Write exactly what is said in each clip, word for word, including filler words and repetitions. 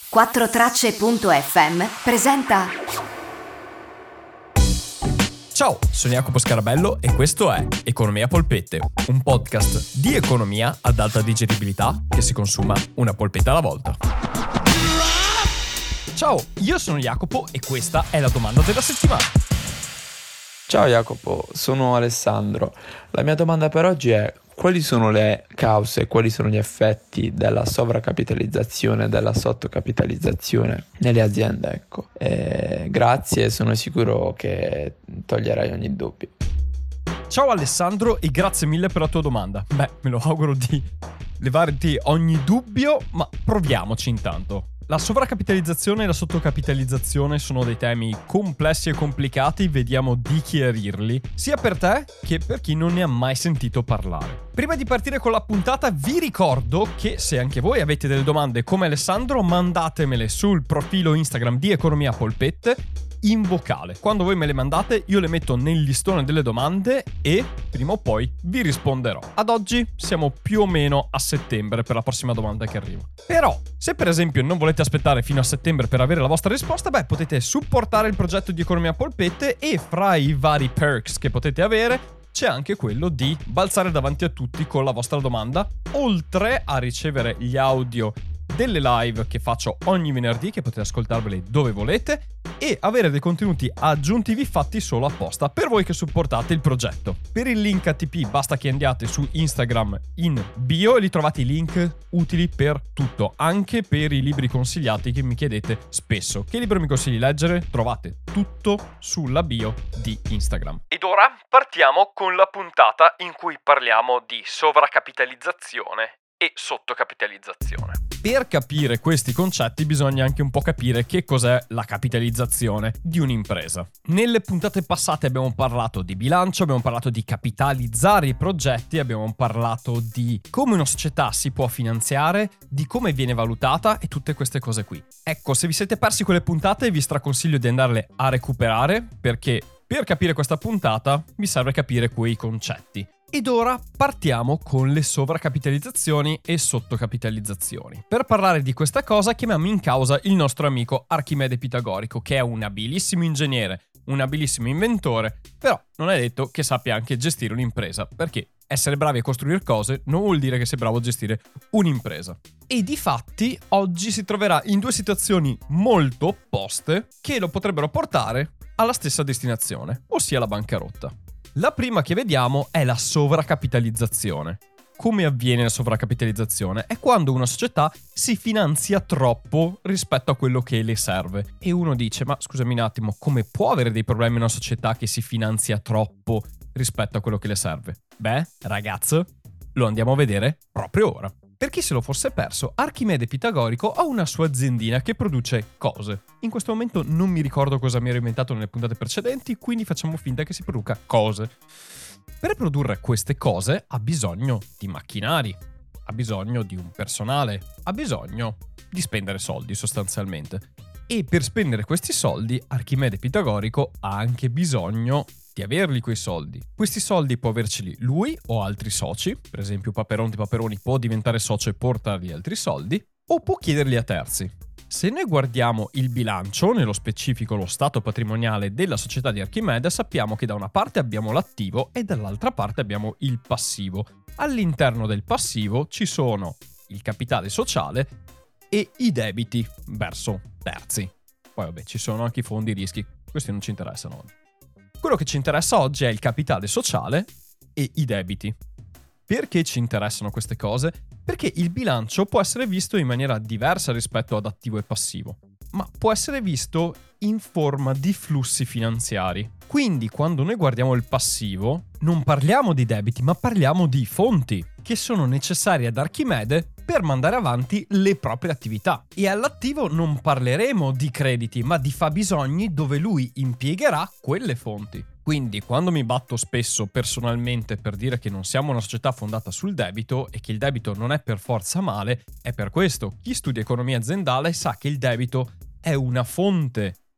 quattro tracce punto effe emme presenta. Ciao, sono Jacopo Scarabello e questo è Economia Polpette, un podcast di economia ad alta digeribilità che si consuma una polpetta alla volta. Ciao, io sono Jacopo e questa è la domanda della settimana. Ciao Jacopo, sono Alessandro. La mia domanda per oggi è: quali sono le cause, quali sono gli effetti della sovracapitalizzazione e della sottocapitalizzazione nelle aziende? Ecco. E grazie, sono sicuro che toglierai ogni dubbio. Ciao Alessandro e grazie mille per la tua domanda. Beh, me lo auguro di levarti ogni dubbio, ma proviamoci intanto. La sovracapitalizzazione e la sottocapitalizzazione sono dei temi complessi e complicati, vediamo di chiarirli, sia per te che per chi non ne ha mai sentito parlare. Prima di partire con la puntata vi ricordo che se anche voi avete delle domande come Alessandro, mandatemele sul profilo Instagram di Economia Polpette in vocale. Quando voi me le mandate io le metto nel listone delle domande e prima o poi vi risponderò. Ad oggi siamo più o meno a settembre per la prossima domanda che arriva. Però se per esempio non volete aspettare fino a settembre per avere la vostra risposta, beh, potete supportare il progetto di Economia Polpette e fra i vari perks che potete avere c'è anche quello di balzare davanti a tutti con la vostra domanda, oltre a ricevere gli audio delle live che faccio ogni venerdì, che potete ascoltarvele dove volete, e avere dei contenuti aggiuntivi fatti solo apposta per voi che supportate il progetto. Per il link A T P basta che andiate su Instagram in bio e lì trovate i link utili per tutto, anche per i libri consigliati che mi chiedete spesso. Che libro mi consigli leggere? Trovate tutto sulla bio di Instagram. Ed ora partiamo con la puntata in cui parliamo di sovracapitalizzazione e sottocapitalizzazione. Per capire questi concetti bisogna anche un po' capire che cos'è la capitalizzazione di un'impresa. Nelle puntate passate abbiamo parlato di bilancio, abbiamo parlato di capitalizzare i progetti, abbiamo parlato di come una società si può finanziare, di come viene valutata e tutte queste cose qui. Ecco, se vi siete persi quelle puntate vi straconsiglio di andarle a recuperare, perché per capire questa puntata vi serve capire quei concetti. Ed ora partiamo con le sovracapitalizzazioni e sottocapitalizzazioni. Per parlare di questa cosa chiamiamo in causa il nostro amico Archimede Pitagorico, che è un abilissimo ingegnere, un abilissimo inventore, però non è detto che sappia anche gestire un'impresa, perché essere bravi a costruire cose non vuol dire che sei bravo a gestire un'impresa. E difatti oggi si troverà in due situazioni molto opposte che lo potrebbero portare alla stessa destinazione, ossia la bancarotta. La prima che vediamo è la sovracapitalizzazione. Come avviene la sovracapitalizzazione? È quando una società si finanzia troppo rispetto a quello che le serve. E uno dice, ma scusami un attimo, come può avere dei problemi una società che si finanzia troppo rispetto a quello che le serve? Beh, ragazzo, lo andiamo a vedere proprio ora. Per chi se lo fosse perso, Archimede Pitagorico ha una sua aziendina che produce cose. In questo momento non mi ricordo cosa mi ero inventato nelle puntate precedenti, quindi facciamo finta che si produca cose. Per produrre queste cose ha bisogno di macchinari, ha bisogno di un personale, ha bisogno di spendere soldi sostanzialmente. E per spendere questi soldi, Archimede Pitagorico ha anche bisogno di averli quei soldi. Questi soldi può averceli lui o altri soci, per esempio Paperon di Paperoni può diventare socio e portargli altri soldi, o può chiederli a terzi. Se noi guardiamo il bilancio, nello specifico lo stato patrimoniale della società di Archimede, sappiamo che da una parte abbiamo l'attivo e dall'altra parte abbiamo il passivo. All'interno del passivo ci sono il capitale sociale e i debiti verso terzi. Poi vabbè, ci sono anche i fondi rischi, questi non ci interessano. Quello che ci interessa oggi è il capitale sociale e i debiti. Perché ci interessano queste cose? Perché il bilancio può essere visto in maniera diversa rispetto ad attivo e passivo, ma può essere visto in forma di flussi finanziari. Quindi quando noi guardiamo il passivo, non parliamo di debiti, ma parliamo di fonti che sono necessarie ad Archimede per mandare avanti le proprie attività. E all'attivo non parleremo di crediti, ma di fabbisogni dove lui impiegherà quelle fonti. Quindi quando mi batto spesso personalmente per dire che non siamo una società fondata sul debito e che il debito non è per forza male, è per questo. Chi studia economia aziendale sa che il debito è una fonte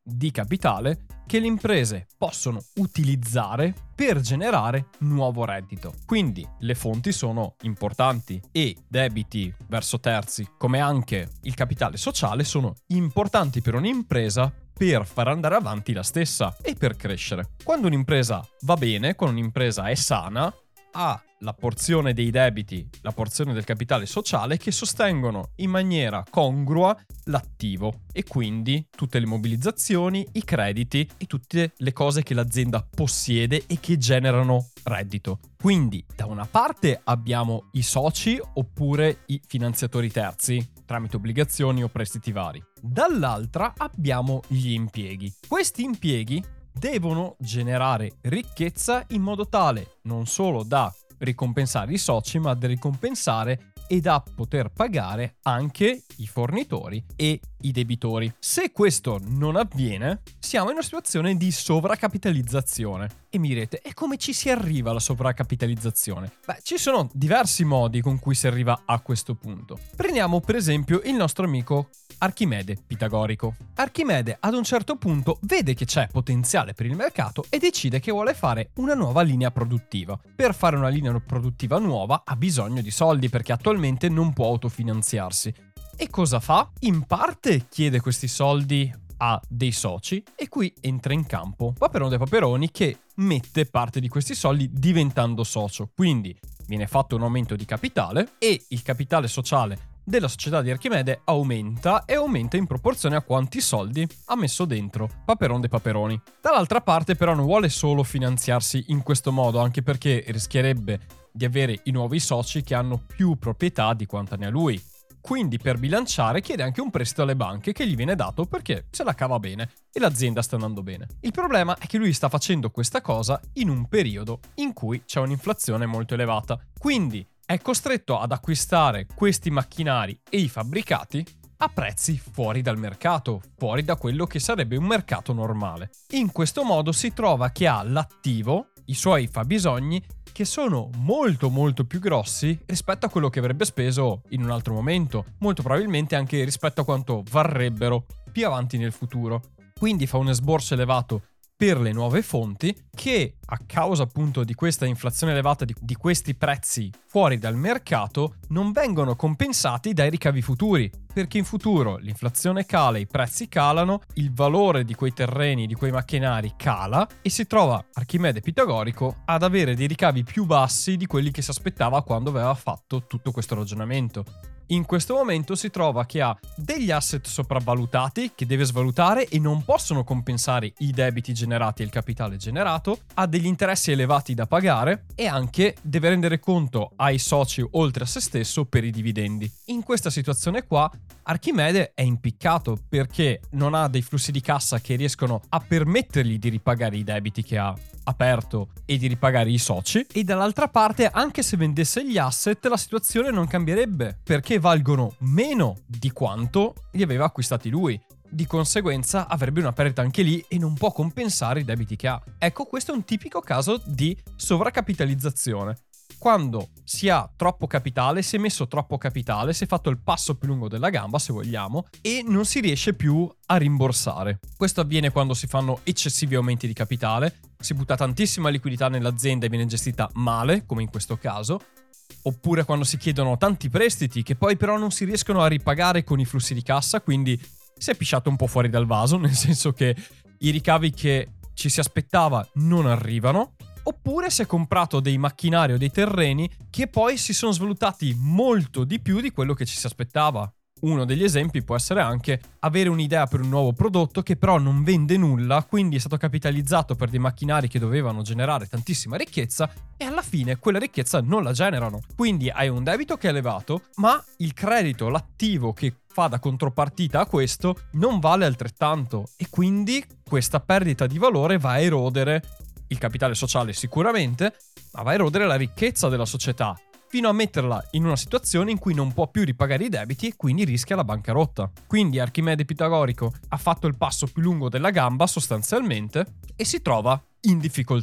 di capitale che le imprese possono utilizzare per generare nuovo reddito. Quindi le fonti sono importanti e debiti verso terzi, come anche il capitale sociale, sono importanti per un'impresa per far andare avanti la stessa e per crescere. Quando un'impresa va bene, quando un'impresa è sana, ha la porzione dei debiti, la porzione del capitale sociale che sostengono in maniera congrua l'attivo e quindi tutte le mobilizzazioni, i crediti e tutte le cose che l'azienda possiede e che generano reddito. Quindi da una parte abbiamo i soci oppure i finanziatori terzi tramite obbligazioni o prestiti vari. Dall'altra abbiamo gli impieghi. Questi impieghi devono generare ricchezza in modo tale non solo da ricompensare i soci, ma da ricompensare e da poter pagare anche i fornitori e i debitori. Se questo non avviene, siamo in una situazione di sovracapitalizzazione. E mi direte, e come ci si arriva alla sovracapitalizzazione? Beh, ci sono diversi modi con cui si arriva a questo punto. Prendiamo per esempio il nostro amico Archimede Pitagorico. Archimede ad un certo punto vede che c'è potenziale per il mercato e decide che vuole fare una nuova linea produttiva. Per fare una linea produttiva nuova ha bisogno di soldi perché attualmente non può autofinanziarsi. E cosa fa? In parte chiede questi soldi a dei soci e qui entra in campo Paperone dei Paperoni che mette parte di questi soldi diventando socio. Quindi viene fatto un aumento di capitale e il capitale sociale della società di Archimede aumenta e aumenta in proporzione a quanti soldi ha messo dentro Paperone dei Paperoni. Dall'altra parte però non vuole solo finanziarsi in questo modo, anche perché rischierebbe di avere i nuovi soci che hanno più proprietà di quanta ne ha lui. Quindi per bilanciare chiede anche un prestito alle banche che gli viene dato perché se la cava bene e l'azienda sta andando bene. Il problema è che lui sta facendo questa cosa in un periodo in cui c'è un'inflazione molto elevata. Quindi è costretto ad acquistare questi macchinari e i fabbricati a prezzi fuori dal mercato, fuori da quello che sarebbe un mercato normale. In questo modo si trova che ha l'attivo, i suoi fabbisogni, che sono molto molto più grossi rispetto a quello che avrebbe speso in un altro momento, molto probabilmente anche rispetto a quanto varrebbero più avanti nel futuro. Quindi fa un esborso elevato per le nuove fonti che, a causa appunto di questa inflazione elevata di, di questi prezzi fuori dal mercato, non vengono compensati dai ricavi futuri, perché in futuro l'inflazione cala, i prezzi calano, il valore di quei terreni, di quei macchinari cala e si trova Archimede Pitagorico ad avere dei ricavi più bassi di quelli che si aspettava quando aveva fatto tutto questo ragionamento. In questo momento si trova che ha degli asset sopravvalutati che deve svalutare e non possono compensare i debiti generati e il capitale generato, ha degli interessi elevati da pagare e anche deve rendere conto ai soci oltre a se stesso per i dividendi. In questa situazione qua Archimede è impiccato perché non ha dei flussi di cassa che riescono a permettergli di ripagare i debiti che ha aperto e di ripagare i soci, e dall'altra parte anche se vendesse gli asset la situazione non cambierebbe perché valgono meno di quanto li aveva acquistati lui. Di conseguenza avrebbe una perdita anche lì e non può compensare i debiti che ha. Ecco, questo è un tipico caso di sovracapitalizzazione. Quando si ha troppo capitale, si è messo troppo capitale, si è fatto il passo più lungo della gamba, se vogliamo, e non si riesce più a rimborsare. Questo avviene quando si fanno eccessivi aumenti di capitale, si butta tantissima liquidità nell'azienda e viene gestita male, come in questo caso, oppure quando si chiedono tanti prestiti che poi però non si riescono a ripagare con i flussi di cassa, quindi si è pisciato un po' fuori dal vaso, nel senso che i ricavi che ci si aspettava non arrivano, oppure si è comprato dei macchinari o dei terreni che poi si sono svalutati molto di più di quello che ci si aspettava. Uno degli esempi può essere anche avere un'idea per un nuovo prodotto che però non vende nulla, quindi è stato capitalizzato per dei macchinari che dovevano generare tantissima ricchezza e alla fine quella ricchezza non la generano. Quindi hai un debito che è elevato, ma il credito, l'attivo che fa da contropartita a questo non vale altrettanto e quindi questa perdita di valore va a erodere il capitale sociale sicuramente, ma va a erodere la ricchezza della società, fino a metterla in una situazione in cui non può più ripagare i debiti e quindi rischia la bancarotta. Quindi Archimede Pitagorico ha fatto il passo più lungo della gamba sostanzialmente e si trova in difficoltà.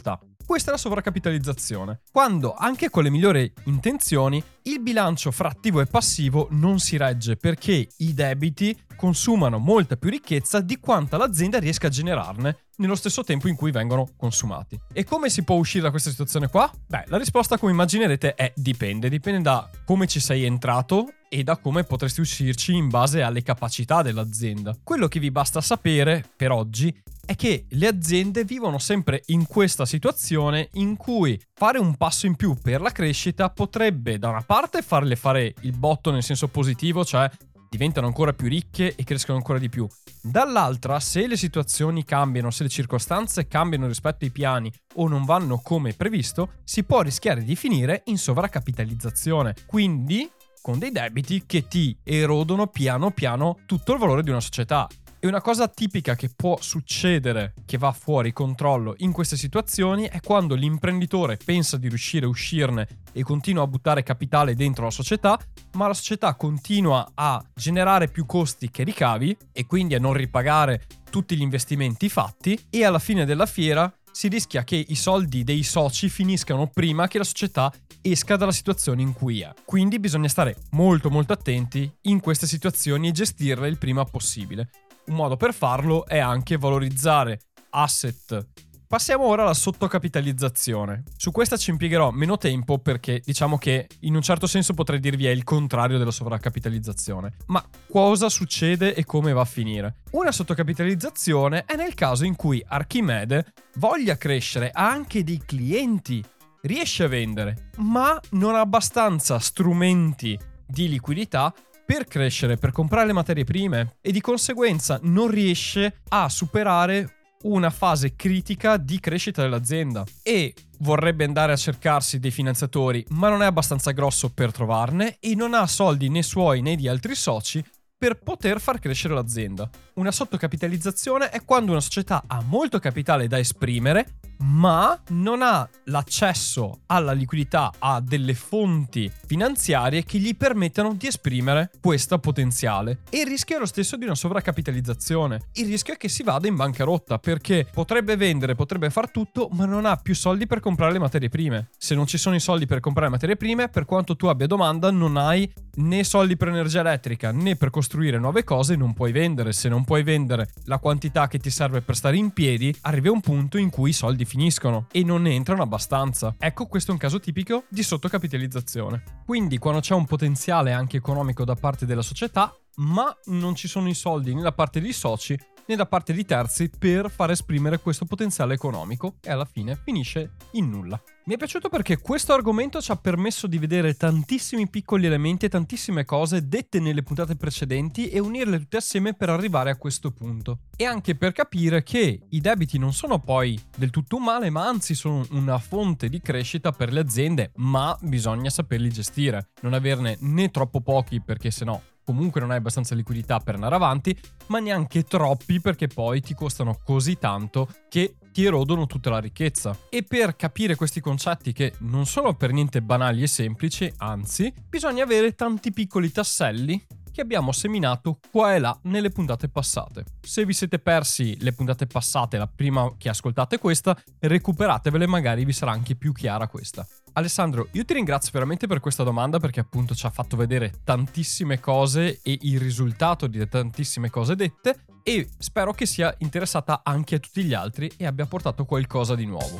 Questa è la sovracapitalizzazione, quando anche con le migliori intenzioni il bilancio fra attivo e passivo non si regge perché i debiti consumano molta più ricchezza di quanta l'azienda riesca a generarne nello stesso tempo in cui vengono consumati. E come si può uscire da questa situazione qua? Beh, la risposta, come immaginerete, è dipende. Dipende da come ci sei entrato e da come potresti uscirci in base alle capacità dell'azienda. Quello che vi basta sapere per oggi è che le aziende vivono sempre in questa situazione in cui fare un passo in più per la crescita potrebbe da una parte farle fare il botto nel senso positivo, cioè diventano ancora più ricche e crescono ancora di più. Dall'altra, se le situazioni cambiano, se le circostanze cambiano rispetto ai piani o non vanno come previsto, si può rischiare di finire in sovracapitalizzazione, quindi con dei debiti che ti erodono piano piano tutto il valore di una società. E una cosa tipica che può succedere, che va fuori controllo in queste situazioni, è quando l'imprenditore pensa di riuscire a uscirne e continua a buttare capitale dentro la società, ma la società continua a generare più costi che ricavi e quindi a non ripagare tutti gli investimenti fatti, e alla fine della fiera si rischia che i soldi dei soci finiscano prima che la società esca dalla situazione in cui è. Quindi bisogna stare molto molto attenti in queste situazioni e gestirle il prima possibile. Un modo per farlo è anche valorizzare asset. Passiamo ora alla sottocapitalizzazione. Su questa ci impiegherò meno tempo perché diciamo che in un certo senso potrei dirvi è il contrario della sovracapitalizzazione. Ma cosa succede e come va a finire? Una sottocapitalizzazione è nel caso in cui Archimede voglia crescere, ha anche dei clienti, riesce a vendere, ma non ha abbastanza strumenti di liquidità per crescere, per comprare le materie prime, e di conseguenza non riesce a superare una fase critica di crescita dell'azienda e vorrebbe andare a cercarsi dei finanziatori, ma non è abbastanza grosso per trovarne e non ha soldi né suoi né di altri soci per poter far crescere l'azienda. Una sottocapitalizzazione è quando una società ha molto capitale da esprimere, ma non ha l'accesso alla liquidità, a delle fonti finanziarie che gli permettano di esprimere questa potenziale. E il rischio è lo stesso di una sovracapitalizzazione. Il rischio è che si vada in bancarotta perché potrebbe vendere, potrebbe far tutto, ma non ha più soldi per comprare le materie prime. Se non ci sono i soldi per comprare le materie prime, per quanto tu abbia domanda, non hai né soldi per energia elettrica né per costruire nuove cose, non puoi vendere. Se non puoi vendere la quantità che ti serve per stare in piedi, arrivi a un punto in cui i soldi finiscono e non ne entrano abbastanza. Ecco, questo è un caso tipico di sottocapitalizzazione. Quindi quando c'è un potenziale anche economico da parte della società, ma non ci sono i soldi né da parte dei soci né da parte di terzi per far esprimere questo potenziale economico, e alla fine finisce in nulla. Mi è piaciuto perché questo argomento ci ha permesso di vedere tantissimi piccoli elementi e tantissime cose dette nelle puntate precedenti e unirle tutte assieme per arrivare a questo punto. E anche per capire che i debiti non sono poi del tutto un male, ma anzi sono una fonte di crescita per le aziende, ma bisogna saperli gestire, non averne né troppo pochi perché sennò comunque non hai abbastanza liquidità per andare avanti, ma neanche troppi perché poi ti costano così tanto che ti erodono tutta la ricchezza. E per capire questi concetti, che non sono per niente banali e semplici, anzi, bisogna avere tanti piccoli tasselli che abbiamo seminato qua e là nelle puntate passate. Se vi siete persi le puntate passate, la prima che ascoltate questa, recuperatevele, magari vi sarà anche più chiara questa. Alessandro, io ti ringrazio veramente per questa domanda perché appunto ci ha fatto vedere tantissime cose e il risultato di tantissime cose dette, e spero che sia interessata anche a tutti gli altri e abbia portato qualcosa di nuovo.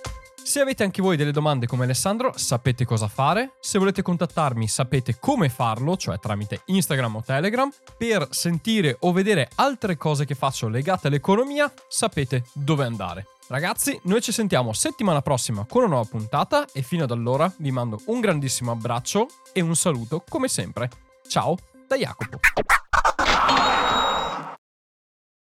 Se avete anche voi delle domande come Alessandro, sapete cosa fare. Se volete contattarmi, sapete come farlo, cioè tramite Instagram o Telegram. Per sentire o vedere altre cose che faccio legate all'economia, sapete dove andare. Ragazzi, noi ci sentiamo settimana prossima con una nuova puntata e fino ad allora vi mando un grandissimo abbraccio e un saluto come sempre. Ciao da Jacopo.